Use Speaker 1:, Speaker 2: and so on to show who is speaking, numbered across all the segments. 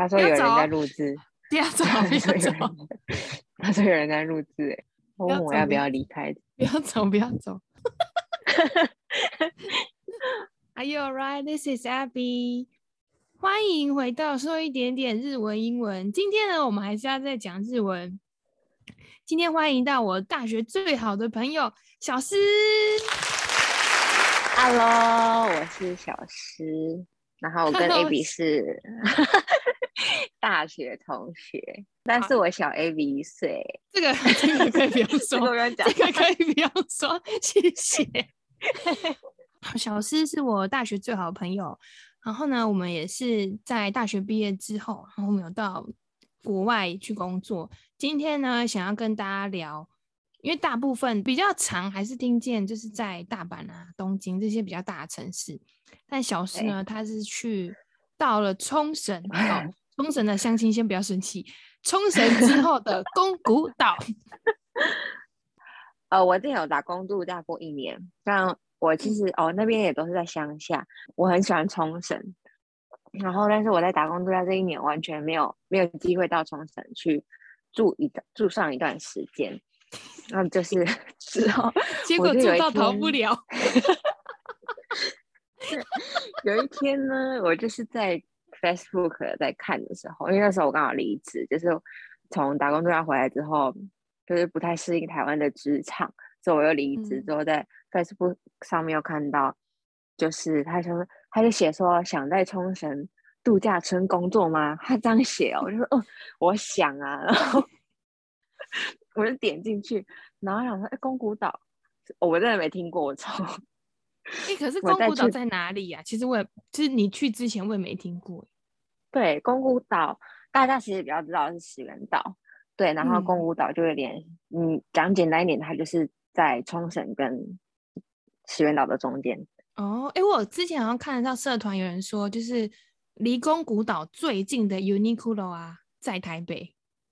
Speaker 1: 他说有人在录制，
Speaker 2: 不要走，不要走。
Speaker 1: 他说有人在录制，我问我要不要离开。
Speaker 2: 不要走，不要走。Are you alright? This is Abby. 欢迎回到说一点点日文英文。今天呢，我们还是要再讲日文。今天欢迎到我大学最好的朋友小诗。
Speaker 1: Hello， 我是小诗，然后我跟 Abby 是大学同学，但是我小 Abby 1岁。
Speaker 2: 这个可以不用说，这个可以不用说，谢谢。小诗是我大学最好的朋友，然后呢，我们也是在大学毕业之后，然后我们有到国外去工作。今天呢，想要跟大家聊，因为大部分比较常还是听见就是在大阪啊、东京这些比较大的城市，但小诗呢，他是到了冲绳，冲绳的乡亲先不要生气，冲绳之后的宫古岛。
Speaker 1: 我之前有打工度假过1年，但我其实那边也都是在乡下，我很喜欢冲绳，然后但是我在打工度假这1年完全没有机会到冲绳去住上一段时间，然后就是之后
Speaker 2: 结果住到逃不了。
Speaker 1: 有一天呢，我就是在 Facebook 在看的时候，因为那时候我刚好离职，就是从打工度假回来之后，就是不太适应台湾的职场，所以我又离职之后，在 Facebook 上面又看到，就是他就写说想在冲绳度假村工作吗？他这样写哦，我就说我想啊，然后我就点进去，然后想说宫古岛，我真的没听过，我从
Speaker 2: 可是宫古岛在哪里呀？其实就是你去之前我也没听过。
Speaker 1: 对，宫古岛大家其实比较知道的是石垣岛，对，然后宫古岛就有点，讲简单一点，它就是在冲绳跟石垣岛的中间。
Speaker 2: 我之前好像看得到社团有人说，就是离宫古岛最近的 Uniqlo 啊，在台北。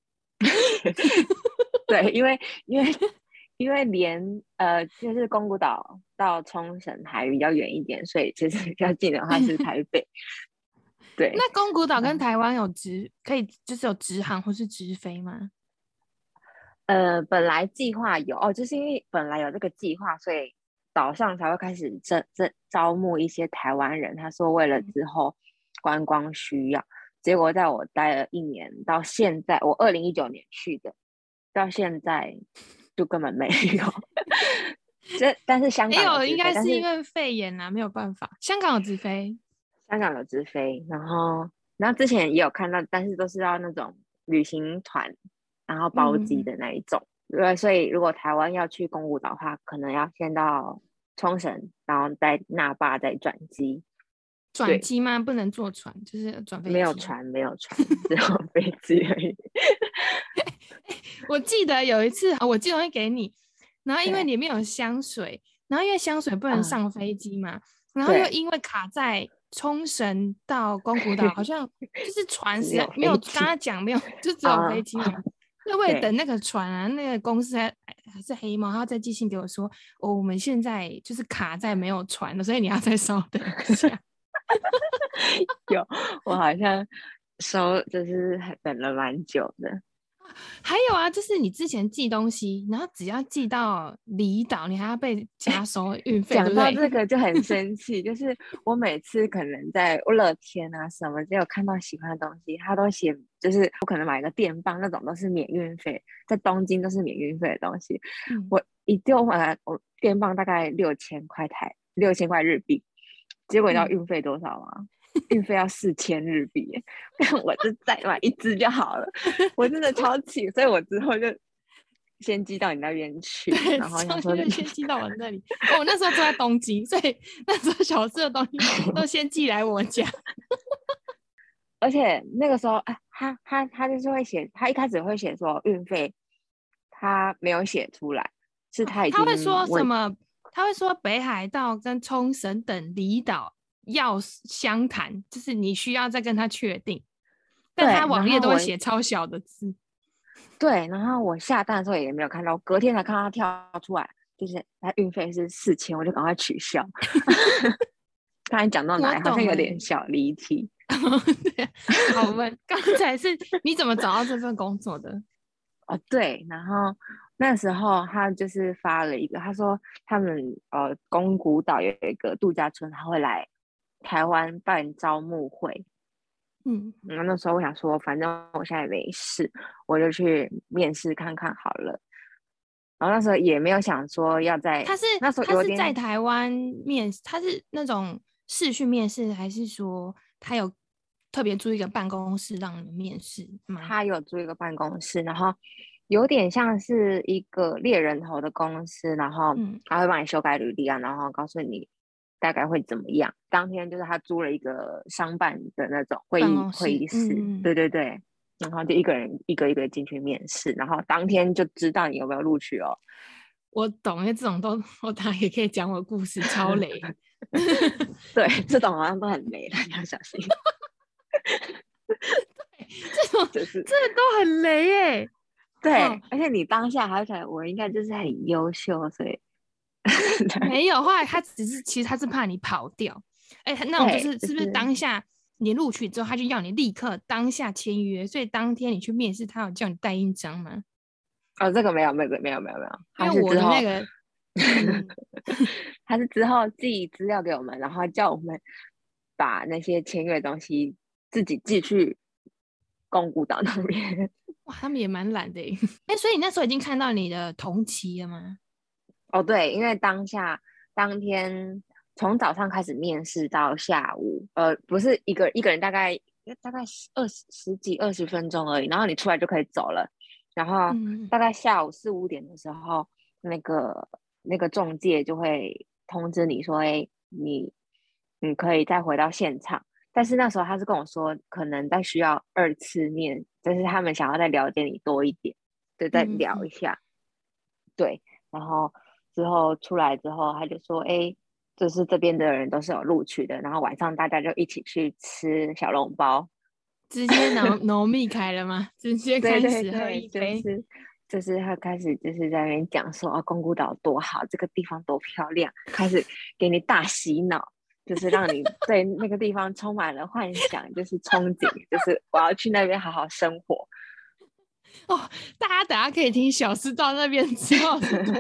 Speaker 1: 对，因为连就是宫古岛到冲绳还比较远一点，所以其实比较近的话是台北。对，
Speaker 2: 那宫古岛跟台湾可以就是有直航或是直飞吗？
Speaker 1: 本来计划有就是因为本来有这个计划，所以岛上才会开始招募一些台湾人。他说为了之后观光需要，结果在我待了1年到现在，我2019年去的，到现在就根本没有。但是香港有直飞，
Speaker 2: 应该是因为肺炎啊，没有办法。香港有直飞，
Speaker 1: 香港有直飞，然后之前也有看到，但是都是要那种旅行团，然后包机的那一种。所以如果台湾要去宫古岛的话，可能要先到冲绳，然后在那霸再转机。
Speaker 2: 转机吗？不能坐船，就是转飞机。
Speaker 1: 没有船，只有飞机而已。
Speaker 2: 我记得有一次，我寄东西给你，然后因为里面有香水，然后因为香水不能上飞机嘛，然后又因为卡在冲绳到宫古岛，好像就是船实在没有，刚刚讲没有，就只有飞机。那为了等那个船啊，那个公司还是黑猫，他再寄信给我说，我们现在就是卡在没有船了，所以你要再稍等一下。
Speaker 1: 有，我好像就是等了蛮久的。
Speaker 2: 还有啊，就是你之前寄东西，然后只要寄到离岛，你还要被加收运费，对不对？
Speaker 1: 讲到这个就很生气，就是我每次可能在乐天啊什么，只有看到喜欢的东西，他都写，就是我可能买个电棒那种都是免运费，在东京都是免运费的东西，我一丢回来，我电棒大概6000块日币，结果你知道运费多少吗？运费要4000日币，我就再买1支就好了。我真的超气，所以我之后就先寄到你那边去，然后想说
Speaker 2: 先寄到我那里。我那时候住在东京，所以那时候小事的东西都先寄来我家。
Speaker 1: 而且那个时候，他就是会写，他一开始会写说运费，他没有写出来，是他已经
Speaker 2: 他会说什么？他会说北海道跟冲绳等离岛要相谈，就是你需要再跟他确定，但他网页都会写超小的字。
Speaker 1: 对，然后我下单的时候也没有看到，隔天才看到他跳出来，就是他运费是4000，我就赶快取消。刚才讲到哪里？好像有点小离题。
Speaker 2: 对啊，好，我们刚才是你怎么找到这份工作的？
Speaker 1: 哦，对，然后那时候他就是发了一个，他说他们宫古岛有一个度假村，他会来台湾办招募会。然后那时候我想说，反正我现在也没事，我就去面试看看好了。然后那时候也没有想说要在，那时候
Speaker 2: 他是在
Speaker 1: 有点
Speaker 2: 台湾面试，他是那种视讯面试，还是说他有特别租一个办公室让你们面试吗？
Speaker 1: 他有租一个办公室，然后有点像是一个猎人头的公司，然后他会帮你修改履历啊，然后告诉你大概会怎么样。当天就是他租了一个商办的那种
Speaker 2: 办公室，
Speaker 1: 会议室，对对对，然后就一个人一个一个进去面试，然后当天就知道你有没有录取哦。
Speaker 2: 我懂，因为这种都我当然也可以讲我的故事，超雷。
Speaker 1: 对，这种好像都很雷，大家要小心。
Speaker 2: 这种
Speaker 1: 就是
Speaker 2: 这都很雷耶。
Speaker 1: 对，而且你当下还会觉得我应该就是很优秀，所以
Speaker 2: 没有，后来他其实他是怕你跑掉。那种就是是不是当下你录取之后，他就要你立刻当下签约，所以当天你去面试，他有叫你带印章吗？
Speaker 1: 哦，这个没有，
Speaker 2: 因为我的那个，
Speaker 1: 他是之后寄资料给我们，然后叫我们把那些签约的东西自己寄去宫古岛那边。
Speaker 2: 哇，他们也蛮懒的耶。所以你那时候已经看到你的同期了吗？
Speaker 1: 哦，对，因为当天从早上开始面试到下午，不是一个人大概十几20分钟而已，然后你出来就可以走了。然后大概下午4、5点的时候，那个中介就会通知你说，哎，你可以再回到现场。但是那时候他是跟我说，可能再需要2次面，就是他们想要再了解你多一点，就再聊一下。对，然后之后出来之后，他就说，哎，就是这边的人都是有录取的，然后晚上大家就一起去吃小笼包。
Speaker 2: 直接浓密开了吗？直接
Speaker 1: 对
Speaker 2: 开始喝
Speaker 1: 对对，
Speaker 2: 一杯。
Speaker 1: 就是他开始就是在那边讲说啊，宫古岛多好，这个地方多漂亮，开始给你大洗脑，就是让你对那个地方充满了幻想，就是憧憬，就是我要去那边好好生活。
Speaker 2: 哦，大家等下可以听小思到那边之后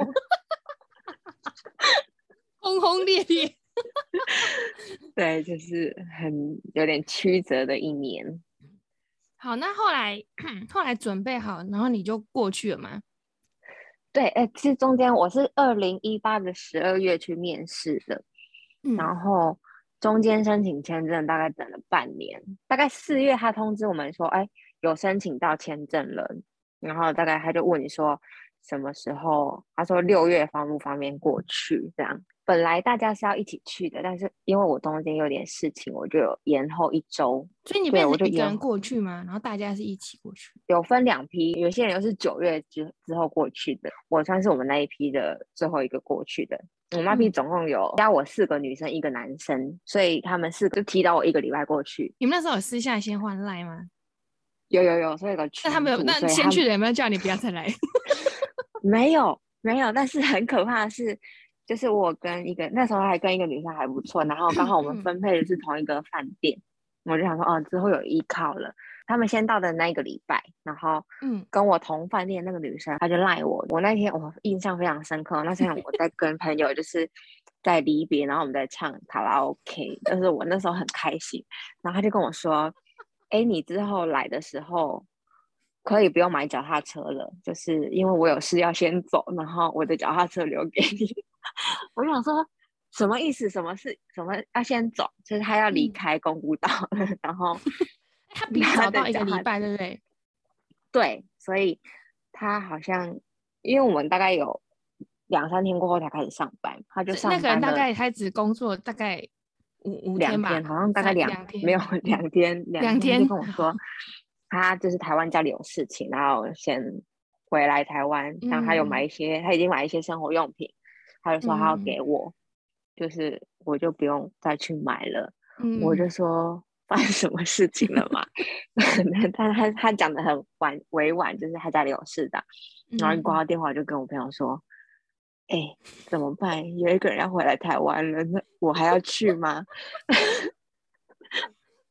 Speaker 2: 轰轰烈烈。
Speaker 1: 对，就是有点曲折的一年。
Speaker 2: 好，那后来后来准备好，然后你就过去了吗？
Speaker 1: 对，其实中间我是2018的12月去面试的，然后中间申请签证大概等了半年，大概4月他通知我们说，哎，有申请到签证了，然后大概他就问你说什么时候，他说6月方不方便过去这样。本来大家是要一起去的，但是因为我中间有点事情，我就有延后1周。
Speaker 2: 所以你
Speaker 1: 对，
Speaker 2: 变
Speaker 1: 我就
Speaker 2: 成一个人过去吗？然后大家是一起过去？
Speaker 1: 有分2批，有些人又是9月之后过去的，我算是我们那一批的最后一个过去的。我们那批总共有加我4个女生1个男生，所以他们4个就提早我1个礼拜过去。
Speaker 2: 你们那时候有私下先换赖吗？
Speaker 1: 有，所以有个群组，
Speaker 2: 那先去的有没有叫你不要再来？
Speaker 1: 没有，但是很可怕的是，就是我跟那时候还跟一个女生还不错，然后刚好我们分配的是同一个饭店，我就想说哦，之后有依靠了。他们先到的那一个礼拜，然后跟我同饭店那个女生，她就赖我。我那天我印象非常深刻，那天我在跟朋友就是在离别，然后我们在唱卡拉 OK，但是我那时候很开心，然后他就跟我说，哎，你之后来的时候可以不用买脚踏车了，就是因为我有事要先走，然后我的脚踏车留给你。我想说什么意思？什么是什么要先走？就是他要离开宫古岛了，然后
Speaker 2: 他比你早到1个礼拜，对不对？
Speaker 1: 对，所以他好像因为我们大概有2、3天过后才开始上班，他就上班了。
Speaker 2: 那个人大概他只工作大概五天吧，
Speaker 1: 好像大概
Speaker 2: 两天，
Speaker 1: 没有2天，
Speaker 2: 两
Speaker 1: 天就跟我说，他就是台湾家里有事情，然后先回来台湾，然后他已经买一些生活用品，他就说他要给我，就是我就不用再去买了。我就说发生什么事情了嘛？他讲的很委婉，就是他家里有事的，然后一挂到电话就跟我朋友说，哎，怎么办？有一个人要回来台湾了，那我还要去吗？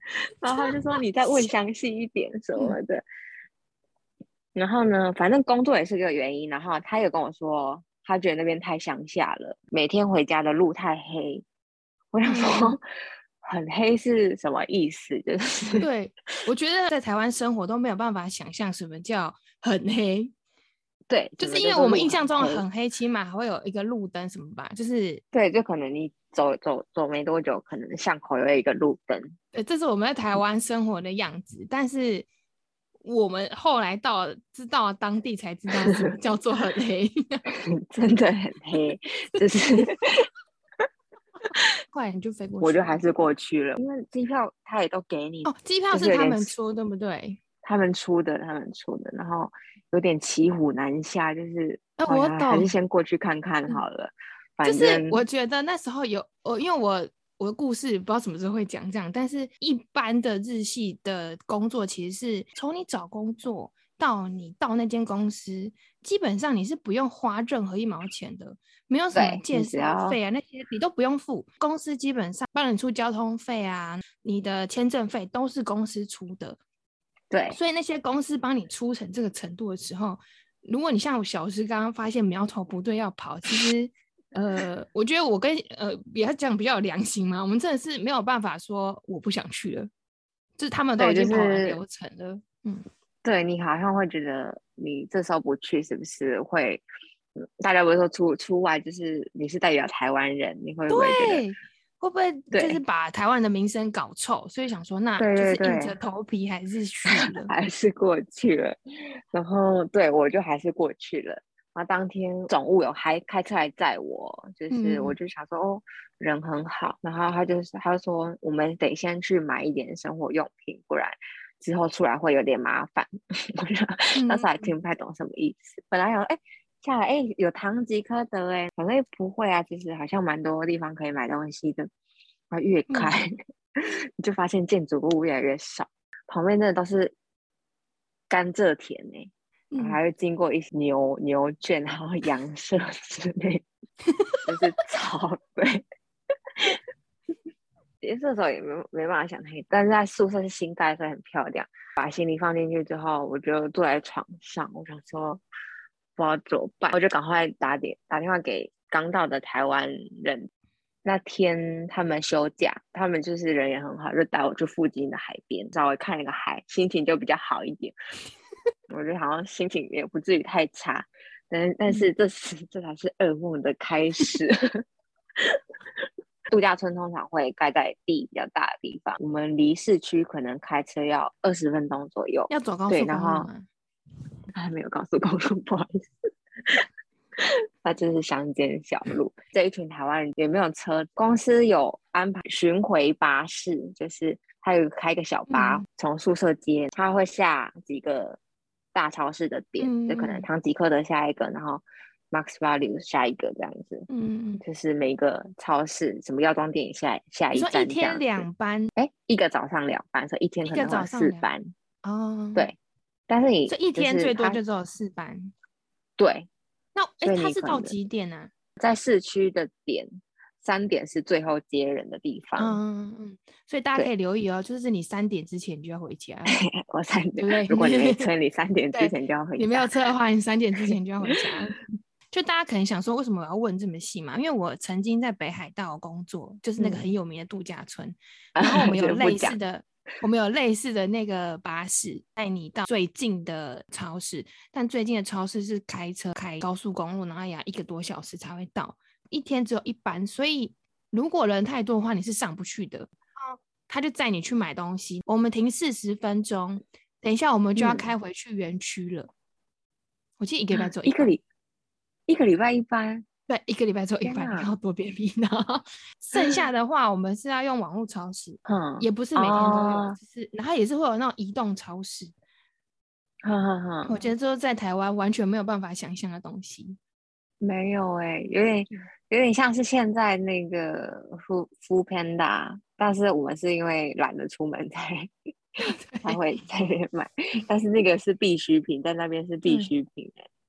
Speaker 1: 然后他就说你再问详细一点什么的。然后呢，反正工作也是个原因。然后他有跟我说，他觉得那边太乡下了，每天回家的路太黑。我想说，很黑是什么意思？就是
Speaker 2: 对，我觉得在台湾生活都没有办法想象什么叫很黑。
Speaker 1: 对，
Speaker 2: 就是因为我们印象中很黑，起码还会有一个路灯什么吧，就是
Speaker 1: 对，就可能你走没多久，可能巷口有一个路灯。
Speaker 2: 对，这是我们在台湾生活的样子。但是我们后来知道当地才知道什么叫做很黑，
Speaker 1: 真的很黑，就是
Speaker 2: 后来你就飞过去，
Speaker 1: 我就还是过去了，因为机票他也都给你
Speaker 2: 哦，机票是他们出，对不对？
Speaker 1: 他们出的，然后有点骑虎难下，就是
Speaker 2: 我懂，
Speaker 1: 还是先过去看看好了。反正
Speaker 2: 就是我觉得那时候因为我的故事不知道什么时候会讲这样，但是一般的日系的工作其实是从你找工作到你到那间公司，基本上你是不用花任何一毛钱的，没有什么介绍费啊那些你都不用付，公司基本上帮你出交通费啊，你的签证费都是公司出的。
Speaker 1: 对，
Speaker 2: 所以那些公司帮你出成这个程度的时候，如果你像我小时刚刚发现苗头不对要跑，其实我觉得我跟比较讲比较有良心嘛，我们真的是没有办法说我不想去了，就是他们都已经跑完流程了。
Speaker 1: 对，你好像会觉得你这时候不去是不是会？大家不是说出外就是你是代表台湾人，你会不会觉得？
Speaker 2: 会不会就是把台湾的名声搞臭？所以想说，那就是硬着头皮还是去了，
Speaker 1: 还是过去了。然后对我就还是过去了。然后当天总务有开车来载我，就是我就想说哦，人很好。然后他就说我们得先去买一点生活用品，不然之后出来会有点麻烦。我就那时候还听不太懂什么意思。本来想说下来有唐吉诃德反正不会啊，其实好像蛮多地方可以买东西的。然后越开你就发现建筑物越来越少，旁边真的都是甘蔗田然后还会经过一些牛圈，然后羊舍之类，就是草对。这时候也没办法想太多，但是在宿舍是新盖，所以很漂亮。把行李放进去之后，我就坐在床上，我想说不知道怎么办，我就赶快打电话给刚到的台湾人。那天他们休假，他们就是人也很好，就带我去附近的海边，稍微看那个海，心情就比较好一点。我觉得好像心情也不至于太差，但是这才是噩梦的开始。度假村通常会盖在地比较大的地方，我们离市区可能开车要20分钟左右。
Speaker 2: 要走高速公路吗？
Speaker 1: 还没有高速公路，不好意思。它就是乡间小路。这一群台湾人也没有车，公司有安排巡回巴士，就是他有开一个小巴从宿舍接，他会下几个大超市的点，就可能唐吉诃德下一个，然后 Max Value 下一个这样子。就是每个超市什么药妆店下一站这样子。
Speaker 2: 你说一天2班？
Speaker 1: 一个早上2班，所以一天可能会有4班。
Speaker 2: 哦，
Speaker 1: 对，但是你
Speaker 2: 所以一天最多就只有4班。
Speaker 1: 对。
Speaker 2: 那它是到几点呢？
Speaker 1: 在市区的点3点是最后接人的地
Speaker 2: 方。所以大家可以留意哦，就是你3点之前就要回家。
Speaker 1: 我3点，
Speaker 2: 对不对？
Speaker 1: 如果你没车，你3点之前就要回家。
Speaker 2: 你没有车的话，你3点之前就要回家。就大家可能想说，为什么我要问这么细嘛？因为我曾经在北海道工作，就是那个很有名的度假村，然后我们有类似的那个巴士带你到最近的超市，但最近的超市是开车开高速公路，然后要1个多小时才会到，一天只有1班，所以如果人太多的话，你是上不去的。他就载你去买东西，我们停40分钟，等一下我们就要开回去园区了。我记得1个礼拜只有1班。
Speaker 1: 一个礼拜1班，
Speaker 2: 对1个礼拜只有1班，然后多便秘呢。剩下的话，我们是要用网络超市，也不是每天都有，然后也是会有那种移动超市。我觉得这在台湾完全没有办法想象的东西。
Speaker 1: 没有有点像是现在那个 Foodpanda， 但是我们是因为懒得出门才会在那边买，但是那个是必需品，在那边是必需品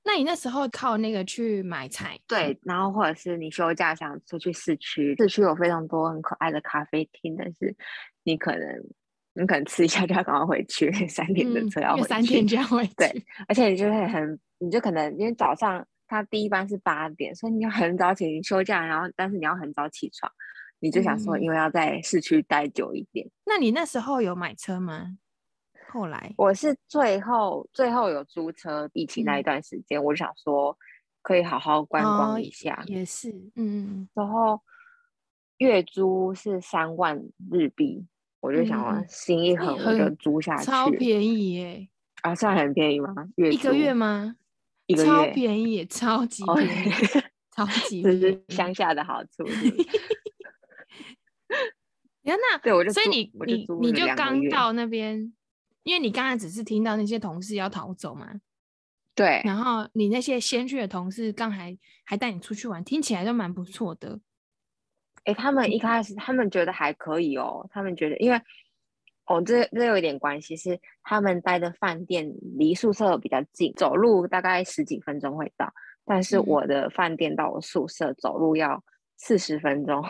Speaker 2: 那你那时候靠那个去买菜？
Speaker 1: 对，然后或者是你休假想出去市区，市区有非常多很可爱的咖啡厅，但是你可能你可能吃一下就要赶快回去，3点的车要
Speaker 2: 因为
Speaker 1: 回
Speaker 2: 3点
Speaker 1: 去。
Speaker 2: 就要回
Speaker 1: 对，
Speaker 2: 去。
Speaker 1: 而且你就会很，你就可能因为早上他第一班是8点，所以你要很早起，你休假，然后但是你要很早起床，你就想说，因为要在市区待久一点。
Speaker 2: 那你那时候有买车吗？后来，
Speaker 1: 我是最后有租车，疫情那一段时间，我就想说可以好好观光一下，
Speaker 2: 也是，
Speaker 1: 然后月租是3万日币，我就想要心一横，我就租下去。
Speaker 2: 超便宜耶！
Speaker 1: 啊，算很便宜吗？月
Speaker 2: 1个月
Speaker 1: 租
Speaker 2: 吗？超
Speaker 1: 一个月，
Speaker 2: 便宜耶，超级
Speaker 1: 哦，
Speaker 2: 便宜，超级
Speaker 1: 这
Speaker 2: 便宜。
Speaker 1: 是乡下的好处，是不是？
Speaker 2: 那
Speaker 1: 对，我就租，
Speaker 2: 所以你
Speaker 1: 我就
Speaker 2: 你你就
Speaker 1: 租了2个月。
Speaker 2: 刚到那边，因为你刚才只是听到那些同事要逃走嘛，
Speaker 1: 对，
Speaker 2: 然后你那些先去的同事刚还带你出去玩，听起来都蛮不错的。
Speaker 1: 他们一开始他们觉得还可以哦，他们觉得因为这有一点关系，是他们待的饭店离宿舍比较近，走路大概十几分钟会到，但是我的饭店到我宿舍走路要40分钟，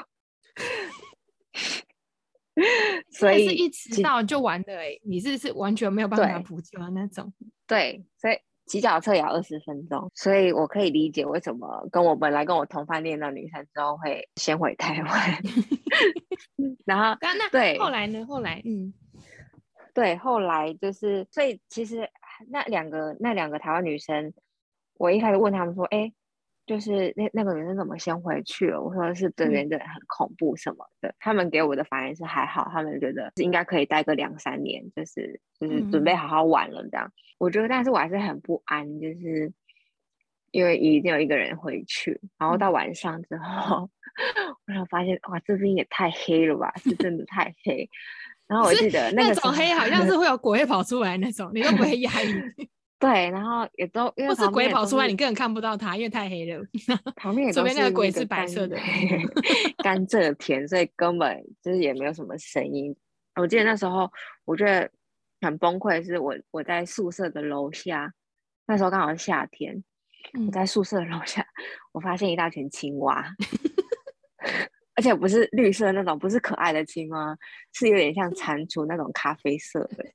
Speaker 1: 所以
Speaker 2: 真的是一迟到就完的你是完全没有办法
Speaker 1: 对
Speaker 2: 补救的那种。
Speaker 1: 对，所以骑脚车也要20分钟，所以我可以理解为什么本来跟我同饭店的女生之后会先回台湾，然后
Speaker 2: 那后
Speaker 1: 对。
Speaker 2: 来呢？后来
Speaker 1: 对，后来就是，所以其实那两个台湾女生，我一开始问他们说，就是那个女生怎么先回去了？我说是这边真的很恐怖什么的。他们给我的反应是还好，他们觉得应该可以待个2、3年，就是准备好好玩了这样。我觉得，但是我还是很不安，就是因为一定有一个人回去，然后到晚上之后，我才发现哇，这边也太黑了吧，是真的太黑。然后我
Speaker 2: 是
Speaker 1: 记得那个时候，
Speaker 2: 那种黑，好像是会有鬼跑出来那种，你都不会压抑。
Speaker 1: 对，然后也都因为
Speaker 2: 或是
Speaker 1: 旁边也
Speaker 2: 鬼跑出来，你
Speaker 1: 都是
Speaker 2: 根本看不到它，因为太黑了。
Speaker 1: 旁边也都
Speaker 2: 除非那个
Speaker 1: 是那个
Speaker 2: 鬼是白色的。
Speaker 1: 甘蔗田，所以根本就是也没有什么声音。我记得那时候我觉得很崩溃，是我在宿舍的楼下，那时候刚好是夏天，我在宿舍的楼下，我发现一大群青蛙，而且不是绿色那种，不是可爱的青蛙，是有点像蟾蜍那种咖啡色的，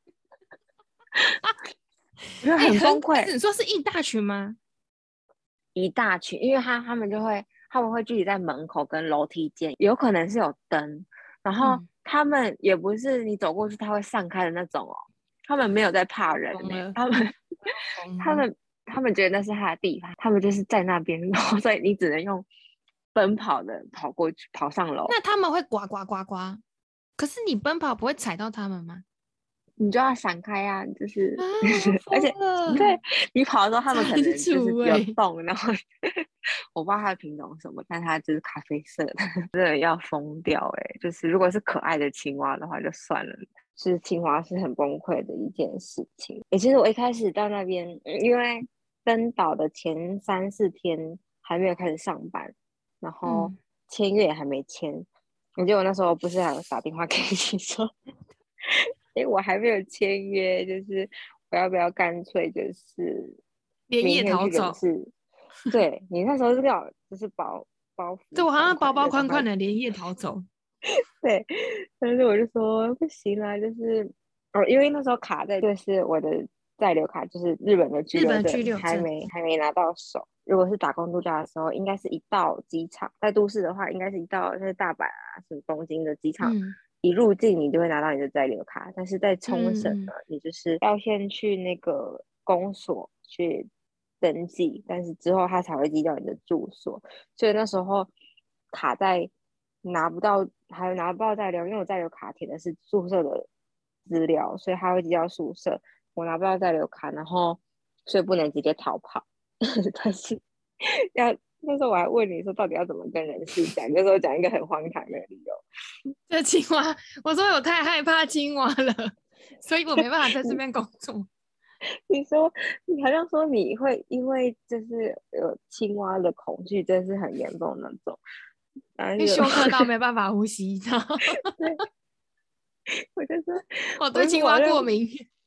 Speaker 1: 我觉得很崩溃。
Speaker 2: 你说是一大群吗？
Speaker 1: 一大群，因为他们会聚集在门口跟楼梯间，有可能是有灯，然后他们也不是你走过去它会散开的那种哦，他们没有在怕人他们他们觉得那是他的地盘，他们就是在那边，然后所以你只能用奔跑的跑过去，跑上楼。
Speaker 2: 那他们会呱呱呱呱，可是你奔跑不会踩到他们吗？
Speaker 1: 你就要闪开啊，就是，
Speaker 2: 啊，
Speaker 1: 而且对你跑的时候，他们可能就是有动，然后我不知道它的品种什么，但它就是咖啡色的，真的要疯掉就是如果是可爱的青蛙的话就算了，是青蛙是很崩溃的一件事情。其实我一开始到那边，因为登岛的前3、4天还没有开始上班，然后签约也还没签，我记得我那时候不是还有打电话给你说。我还没有签约，就是我要不要干脆就是
Speaker 2: 连夜
Speaker 1: 明天去人
Speaker 2: 逃走？
Speaker 1: 事？对，你那时候是跟我就是包袱
Speaker 2: 对，我好像包包
Speaker 1: 款
Speaker 2: 款的连夜逃走。
Speaker 1: 对，但是我就说不行啦，就是因为那时候卡在就是我的在留卡，就是日本的居留证还没拿到手。如果是打工度假的时候，应该是一到机场，在都市的话，应该是一到就是大阪啊，什么东京的机场，一入境你就会拿到你的在留卡。但是在冲绳呢，你就是要先去那个公所去登记，但是之后他才会寄到你的住所。所以那时候卡在拿不到，还拿不到在留，因为我在留卡填的是宿舍的资料，所以他会寄到宿舍。我拿不到在留卡，然后所以不能直接逃跑。但是那时候我还问你说，到底要怎么跟人事讲？那时候讲一个很荒唐的理由。
Speaker 2: 这青蛙，我说我太害怕青蛙了，所以我没办法在这边工作。
Speaker 1: 你说你好像说你会因为就是有青蛙的恐惧，真是很严重的那种，
Speaker 2: 被休克到没办法呼吸，你知道？
Speaker 1: 对，我就说
Speaker 2: 我对青蛙过敏。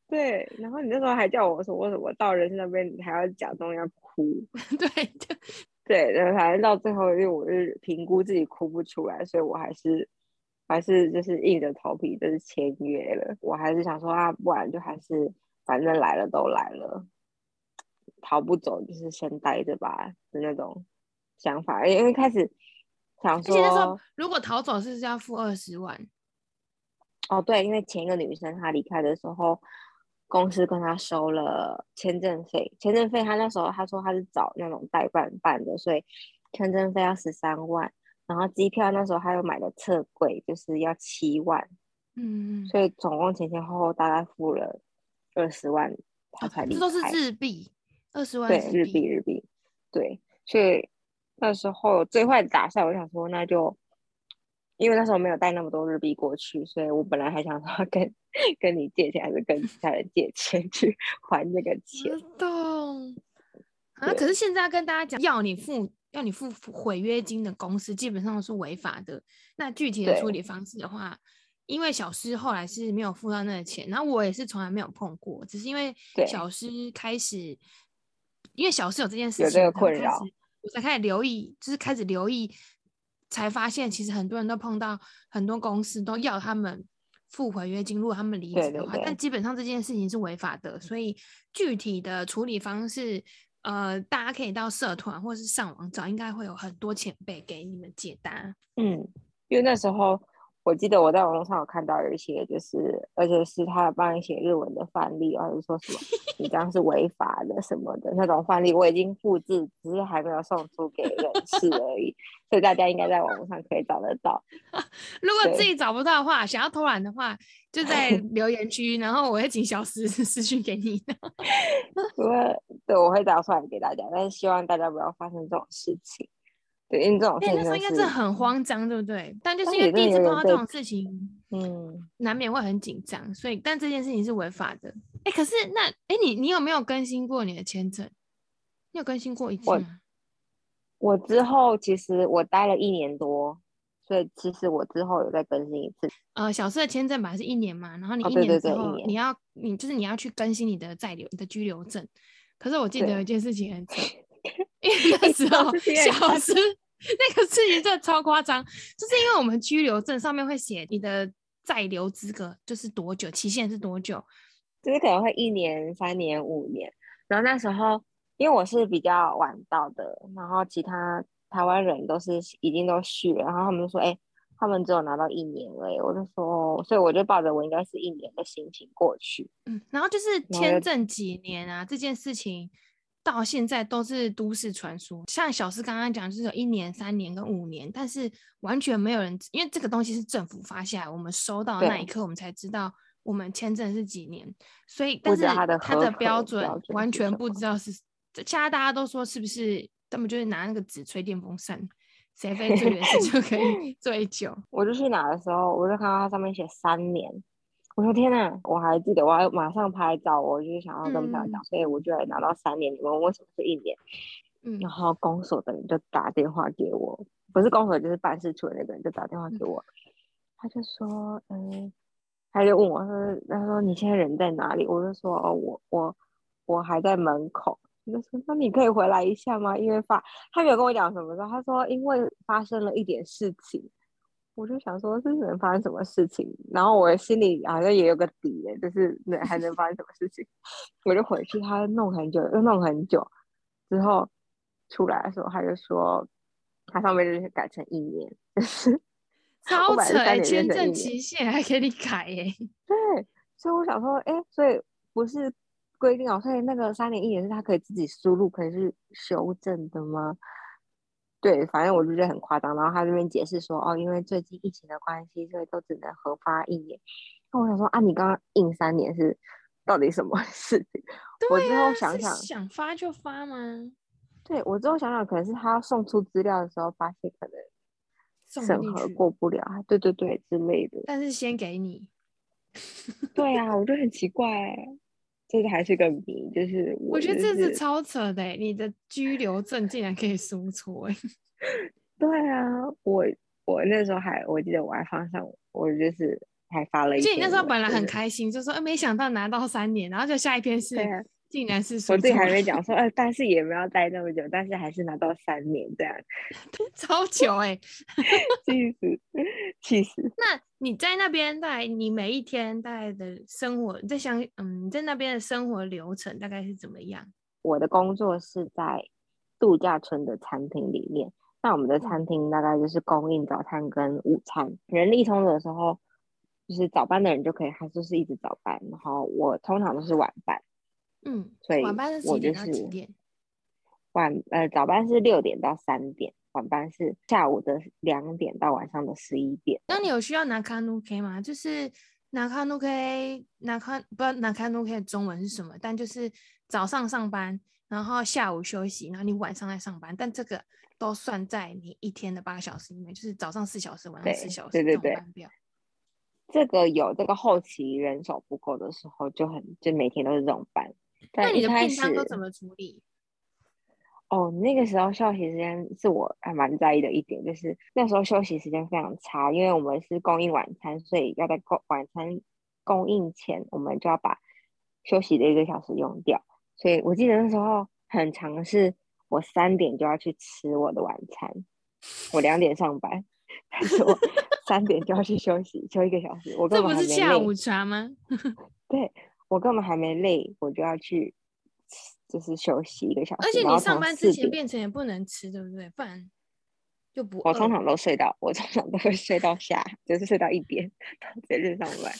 Speaker 1: 对，然后你那时候还叫我说什么到人事那边你还要假装要哭，
Speaker 2: 对，
Speaker 1: 对，然后反正到最后，因为我是评估自己哭不出来，所以我还是就是硬着头皮就是签约了。我还是想说啊，不然就还是反正来了都来了，逃不走就是先待着吧的那种想法。因为开始想
Speaker 2: 而且那时候
Speaker 1: 说，
Speaker 2: 如果逃走是要付20万。
Speaker 1: 哦对，因为前一个女生她离开的时候，公司跟她收了签证费，签证费她那时候她说她是找那种代办的，所以签证费要13万，然后机票那时候还有买的特贵，就是要7万，
Speaker 2: 嗯，
Speaker 1: 所以总共前前后后大概付了20万，她
Speaker 2: 哦，
Speaker 1: 才
Speaker 2: 这都是
Speaker 1: 离开。
Speaker 2: 日币，20万
Speaker 1: 对，日币
Speaker 2: 日币。
Speaker 1: 日币，对，所以那时候最坏的打算，我想说那就。因为那时候没有带那么多日币过去，所以我本来还想说跟你借钱，还是跟其他人借钱去还这个钱。
Speaker 2: 我懂啊，可是
Speaker 1: 对
Speaker 2: 现在要跟大家讲，要你付毁约金的公司基本上是违法的。那具体的处
Speaker 1: 对
Speaker 2: 理方式的话，因为小诗后来是没有付到那个钱，然后我也是从来没有碰过，只是因为
Speaker 1: 对，
Speaker 2: 小诗开始，因为小诗有这件事
Speaker 1: 有这个
Speaker 2: 情，
Speaker 1: 困扰。
Speaker 2: 我才开始留意，就是开始留意，才发现其实很多人都碰到，很多公司都要他们付毁约金，如果他们离职的话，但
Speaker 1: 对对对
Speaker 2: 基本上这件事情是违法的，所以具体的处理方式，大家可以到社团或是上网找，应该会有很多前辈给你们解答。
Speaker 1: 嗯，因为那时候我记得我在网络上有看到有一些，就是而且是他有帮你写日文的范例，或者说什么你这样是违法的什么的那种范例，我已经复制，只是还没有送出给人事而已，所以大家应该在网络上可以找得到。
Speaker 2: 如果自
Speaker 1: 对，
Speaker 2: 己找不到的话，想要偷懒的话，就在留言区，然后我会请小石私讯给你的。
Speaker 1: 因为对我会找出来给大家，但是希望大家不要发生这种事情。对，因为这种事
Speaker 2: 那
Speaker 1: 情真的是，
Speaker 2: 那时候应该真的很慌张，对不对？但就是因为
Speaker 1: 但也真的
Speaker 2: 第一次碰到这
Speaker 1: 有点被，
Speaker 2: 种事情，
Speaker 1: 嗯，
Speaker 2: 难免会很紧张，所以但这件事情是违法的。哎，可是你有没有更新过你的签证？你有更新过一次
Speaker 1: 我
Speaker 2: 吗？
Speaker 1: 我之后其实我待了1年多，所以其实我之后有再更新一次。
Speaker 2: 小四的签证本来是1年嘛，然后你
Speaker 1: 哦，
Speaker 2: 一
Speaker 1: 对对对，一
Speaker 2: 年之后，
Speaker 1: 年，
Speaker 2: 你要去更新你的你的居留证。可是我记得有一
Speaker 1: 对，
Speaker 2: 件事情很扯，因为那时候
Speaker 1: 这种事情
Speaker 2: 小
Speaker 1: 很夸张。
Speaker 2: 四那个事情真的超夸张，就是因为我们居留证上面会写你的在留资格就是多久，期限是多久。
Speaker 1: 就是可能会1年、3年、5年。然后那时候，因为我是比较晚到的，然后其他台湾人都是已经都续了，然后他们就说，哎，他们只有拿到1年而已。我就说，所以我就抱着我应该是1年的心情过去，
Speaker 2: 然后就是
Speaker 1: 然后就
Speaker 2: 签证几年啊，这件事情到现在都是都市传说。像小思刚刚讲，就是有1年、3年跟5年，但是完全没有人，因为这个东西是政府发下来，我们收到的那一
Speaker 1: 对，
Speaker 2: 刻，我们才知道我们签证是几年。所以，但
Speaker 1: 不知道他
Speaker 2: 是
Speaker 1: 的合
Speaker 2: 它的标
Speaker 1: 格标
Speaker 2: 准完全
Speaker 1: 准是什么。
Speaker 2: 不知道是，现在大家都说是不是，他们就是拿那个纸吹电风扇，谁飞最远谁就可以最久。
Speaker 1: 我就去拿的时候，我就看到它上面写3年，我说天呐，我还记得，我还马上拍照，我就是想要跟朋友
Speaker 2: 嗯
Speaker 1: 讲，所以我就来拿到3年。你们问为什么是1年？然
Speaker 2: 嗯
Speaker 1: 后公所的人就打电话给我，不是公所就是办事处的那个人就打电话
Speaker 2: 嗯，
Speaker 1: 给我，他就说，他就问我说，他说你现在人在哪里？我就说，哦，我还在门口。我就说，那你可以回来一下吗？因为他没有跟我讲什么时候，他说因为发生了一点事情。我就想说，这能发生什么事情？然后我心里好像也有个底耶，就是还能发生什么事情？我就回去，他弄很久，又弄很久，之后出来的时候，他就说，他上面就是改成1年，就是我
Speaker 2: 超扯哎、
Speaker 1: 本来是3年变
Speaker 2: 签证
Speaker 1: 成一年，
Speaker 2: 期限还给你改哎、
Speaker 1: 对，所以我想说，所以不是规定哦，所以那个3年1年是他可以自己输入，可以是修正的吗？对，反正我就觉得很夸张。然后他这边解释说，哦，因为最近疫情的关系，所以都只能核发1年。那我想说，啊，你刚刚印3年是到底什么事情？
Speaker 2: 对
Speaker 1: 我之后
Speaker 2: 啊，是
Speaker 1: 想想，
Speaker 2: 想发就发吗？
Speaker 1: 对，我之后想想，可能是他要送出资料的时候，发现可能
Speaker 2: 送不
Speaker 1: 审核
Speaker 2: 进去，
Speaker 1: 过不了啊，对对对之类的。
Speaker 2: 但是先给你。
Speaker 1: 对啊，我就很奇怪欸，这个还是个谜，就是我
Speaker 2: 我觉得这是
Speaker 1: 就是
Speaker 2: 超扯的、欸，你的居留证竟然可以输错、欸，
Speaker 1: 对啊，我那时候还我记得我还放上我就是还发了
Speaker 2: 而且你那
Speaker 1: 一篇文，
Speaker 2: 时候本来很
Speaker 1: 就是
Speaker 2: 开心，就说没想到拿到3年，然后就下一篇是
Speaker 1: 对啊，
Speaker 2: 竟然是
Speaker 1: 我自己还
Speaker 2: 输错了，
Speaker 1: 没讲说，但是也没有待那么久，但是还是拿到3年这样，
Speaker 2: 超久哎、
Speaker 1: 气死，气死。
Speaker 2: 那你在那边大概你每一天大概的生活，你在那边的生活流程大概是怎么样？
Speaker 1: 我的工作是在度假村的餐厅里面，那我们的
Speaker 2: 嗯
Speaker 1: 餐厅大概就是供应早餐跟午餐，人力充足的时候，就是早班的人就可以，还就是一直早班，然后我通常都是晚班，
Speaker 2: 嗯，
Speaker 1: 所以
Speaker 2: 晚班是几点到
Speaker 1: 我就是
Speaker 2: 几点？
Speaker 1: 早班是6点到3点，晚班是下午的2点到晚上的11点。
Speaker 2: 那你有需要拿卡努 K 吗？就是拿卡努 K，不知道拿卡努 K 的中文是什么，但就是早上上班，然后下午休息，然后你晚上再上班，但这个都算在你一天的8个小时里面，就是早上4小时，晚上四
Speaker 1: 对
Speaker 2: 小时这种
Speaker 1: 对对对，
Speaker 2: 班表。
Speaker 1: 这个后期人手不够的时候就每天都是这种班，
Speaker 2: 那你的
Speaker 1: 但一开始
Speaker 2: 便当都怎么处理？
Speaker 1: 哦，那个时候休息时间是我还蛮在意的一点，就是那时候休息时间非常差，因为我们是供应晚餐，所以要在晚餐供应前，我们就要把休息的1个小时用掉。所以我记得那时候很长，是我3点就要去吃我的晚餐，我2点上班，但是我3点就要去休息，休1个小时，我根本
Speaker 2: 这不
Speaker 1: 还没累，
Speaker 2: 是下午茶吗？
Speaker 1: 对，我根本还没累，我就要去就是休息1个小时，
Speaker 2: 而且你
Speaker 1: 然后从
Speaker 2: 上班之前
Speaker 1: 四点。
Speaker 2: 变成也不能吃，对不对？不然就不饿。
Speaker 1: 我通常都睡到，我通常都会睡到就是睡到1点，到节日上班。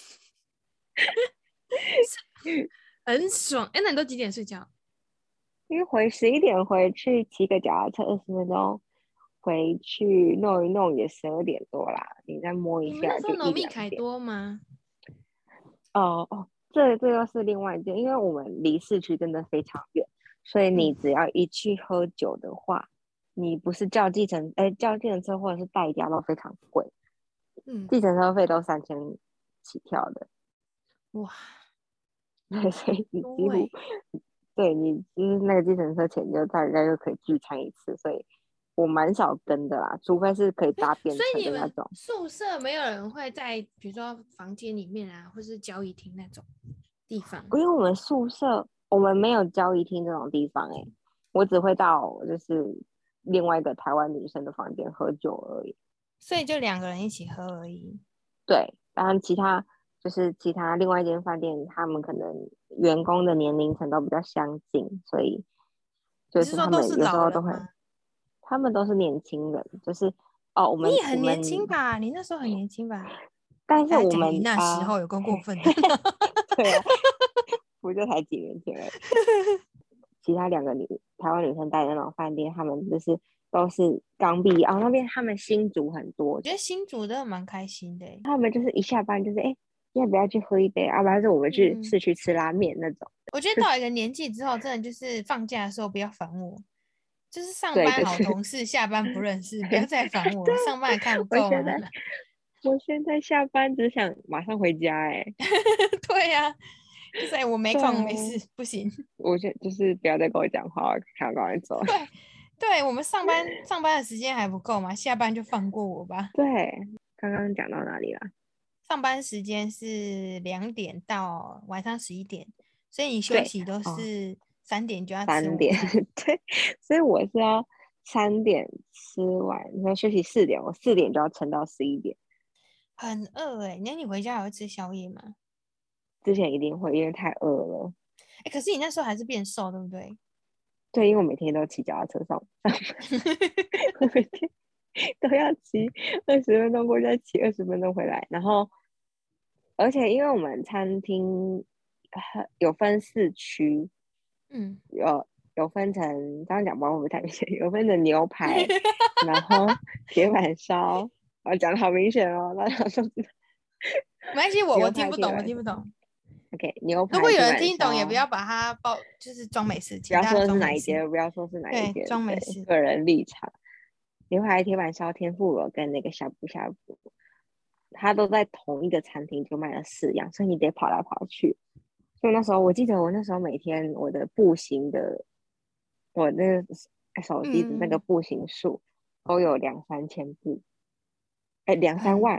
Speaker 2: 很爽。哎，那你都几点睡觉？
Speaker 1: 因为11点回去骑个脚踏车20分钟，回去弄一弄也12点多啦，你再摸一
Speaker 2: 你们那
Speaker 1: 下就
Speaker 2: 时候农密凯
Speaker 1: 一两点。
Speaker 2: 多吗？
Speaker 1: 哦哦，这又是另外一件，因为我们离市区真的非常远，所以
Speaker 2: 嗯
Speaker 1: 你只要一去喝酒的话，你不是叫计程车或者是代驾都非常贵，
Speaker 2: 嗯，
Speaker 1: 计程车费都3000起跳的。
Speaker 2: 哇，
Speaker 1: 对，所以你几乎
Speaker 2: 多哎。
Speaker 1: 对你就是那个计程车钱就大概就可以聚餐一次，所以我蛮少跟的啦，除非是可以搭便
Speaker 2: 所以你们
Speaker 1: 车的那种。
Speaker 2: 宿舍没有人会在，比如说房间里面啊，或是交谊厅那种地方，
Speaker 1: 因为我们宿舍我们没有交谊厅这种地方我只会到就是另外一个台湾女生的房间喝酒而已。
Speaker 2: 所以就2个人一起喝而已。
Speaker 1: 对，当然其他另外一间饭店，他们可能员工的年龄层都比较相近，所以就是
Speaker 2: 你是说
Speaker 1: 他们有时
Speaker 2: 都是老
Speaker 1: 候都会，
Speaker 2: 人吗？
Speaker 1: 他们都是年轻人，就是哦，
Speaker 2: 你也
Speaker 1: 我
Speaker 2: 很年轻
Speaker 1: 们，
Speaker 2: 吧？你那时候很年轻吧？
Speaker 1: 但是
Speaker 2: 还
Speaker 1: 我们
Speaker 2: 讲你那时候有够过分的。
Speaker 1: 对啊，不就才几年前而已。其他2个台湾女生待的那种饭店，他们就是都是刚毕业哦，那边他们新竹很多，
Speaker 2: 我觉得新竹真的蛮开心的欸。
Speaker 1: 他们就是一下班就是要不要去喝一杯啊？不然是我们去
Speaker 2: 嗯，
Speaker 1: 市区吃拉面那种。
Speaker 2: 我觉得到一个年纪之后，真的就是放假的时候不要烦我，就是上
Speaker 1: 对，
Speaker 2: 班
Speaker 1: 就是
Speaker 2: 好同事，下班不认识，不要再烦
Speaker 1: 对
Speaker 2: 我，上班还看不
Speaker 1: 我现在
Speaker 2: 够吗？
Speaker 1: 我现在下班只想马上回家
Speaker 2: 对呀、就是我没
Speaker 1: 对
Speaker 2: 空，没事，
Speaker 1: 啊，
Speaker 2: 不行。
Speaker 1: 就是不要再跟我讲话，赶快走。
Speaker 2: 对，对我们上班的时间还不够嘛，下班就放过我吧。
Speaker 1: 对，刚刚讲到哪里了？
Speaker 2: 上班时间是2点到晚上11点，所以你休
Speaker 1: 对
Speaker 2: 息都
Speaker 1: 哦，
Speaker 2: 是3点就要吃
Speaker 1: 三点，
Speaker 2: 午餐，
Speaker 1: 对，所以我是要3点吃完，然后休息4点，我4点就要撑到11点。
Speaker 2: 很饿哎、那你回家还会吃宵夜吗？
Speaker 1: 之前一定会，因为太饿了。
Speaker 2: 哎、可是你那时候还是变瘦，对不对？
Speaker 1: 对，因为我每天都骑脚踏车上班，我每天都要骑20分钟过去，再骑20分钟回来。然后，而且因为我们餐厅有分4区，
Speaker 2: 嗯，
Speaker 1: 有分成，这样讲不知道会不会太明显？有分成牛排，然后铁板烧，讲的好明显哦，大家都知道
Speaker 2: 没关系，我
Speaker 1: 牛排、
Speaker 2: 听不懂，我
Speaker 1: 铁板烧。
Speaker 2: 听不懂。
Speaker 1: OK，牛排、
Speaker 2: 如果有
Speaker 1: 铁
Speaker 2: 人听懂，也不
Speaker 1: 板烧，
Speaker 2: 要把它就是装没事，请大家
Speaker 1: 不要说是
Speaker 2: 装没事。
Speaker 1: 哪一间，不要说是哪一
Speaker 2: 对，
Speaker 1: 间，对，
Speaker 2: 装没事。
Speaker 1: 个人立场。牛排、铁板烧、天妇罗跟那个呷哺呷哺，它都在同一个餐厅就卖了4样，所以你得跑来跑去。所以那时候我记得我那时候每天我的步行的，我那个手机的那个
Speaker 2: 嗯，
Speaker 1: 步行数都有2、3千步，两三
Speaker 2: 很
Speaker 1: 万，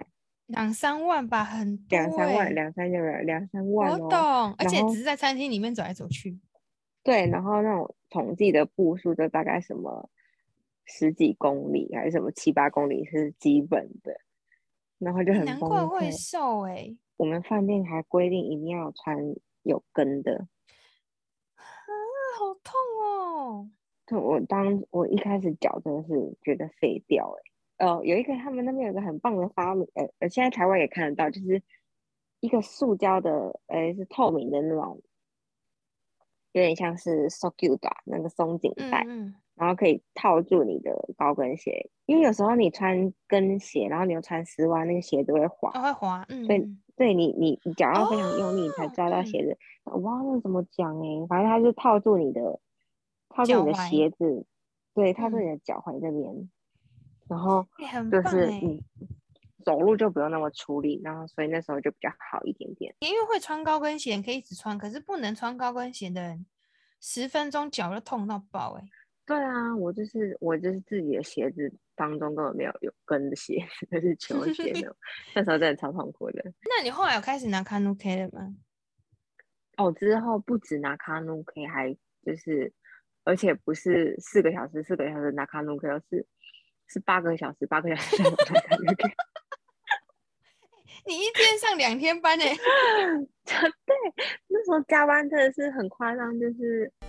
Speaker 2: 2-3万吧，很多
Speaker 1: 两三万，
Speaker 2: 欸
Speaker 1: 两三万
Speaker 2: 我
Speaker 1: 哦。
Speaker 2: 懂，而
Speaker 1: 然后
Speaker 2: 且只是在餐厅里面走来走去。
Speaker 1: 对，然后那种统计的步数就大概什么十几公里，还是什么7、8公里是基本的，然后就很
Speaker 2: 难怪会
Speaker 1: 崩溃。
Speaker 2: 瘦欸。
Speaker 1: 我们饭店还规定一定要穿有跟的。
Speaker 2: 啊，好痛哦。
Speaker 1: 就我一开始脚真的是觉得废掉有一个他们那边有一个很棒的发明，现在台湾也看得到，就是一个塑胶的，是透明的那种，有点像是 s o c u 吧，那个松紧带，
Speaker 2: 嗯嗯，
Speaker 1: 然后可以套住你的高跟鞋，因为有时候你穿跟鞋，然后你又穿丝袜，那个鞋子会滑，
Speaker 2: 哦会滑，
Speaker 1: 所以对你脚要非常用力，你才
Speaker 2: 哦，
Speaker 1: 抓到鞋子。我不知道那怎么讲反正它就套住你的
Speaker 2: 脚踝，
Speaker 1: 鞋子，对，套住你
Speaker 2: 嗯，
Speaker 1: 的脚踝这边，然后
Speaker 2: 很
Speaker 1: 就是
Speaker 2: 棒哎。
Speaker 1: 走路就不用那么出力，然后所以那时候就比较好一点点。
Speaker 2: 因为会穿高跟鞋可以一直穿，可是不能穿高跟鞋的人10分钟脚就痛到爆哎。
Speaker 1: 对啊，我就是自己的鞋子当中根本没有跟的鞋子，那是球鞋那种，那时候真的超痛苦的。
Speaker 2: 那你后来有开始拿 Kanu-K 了吗？
Speaker 1: 哦，之后不止拿卡努可以，还就是而且不是4个小时拿卡努可以，是8个小时拿卡努可以。
Speaker 2: 你一天上2天班哎。
Speaker 1: 对，那时候加班真的是很夸张，就是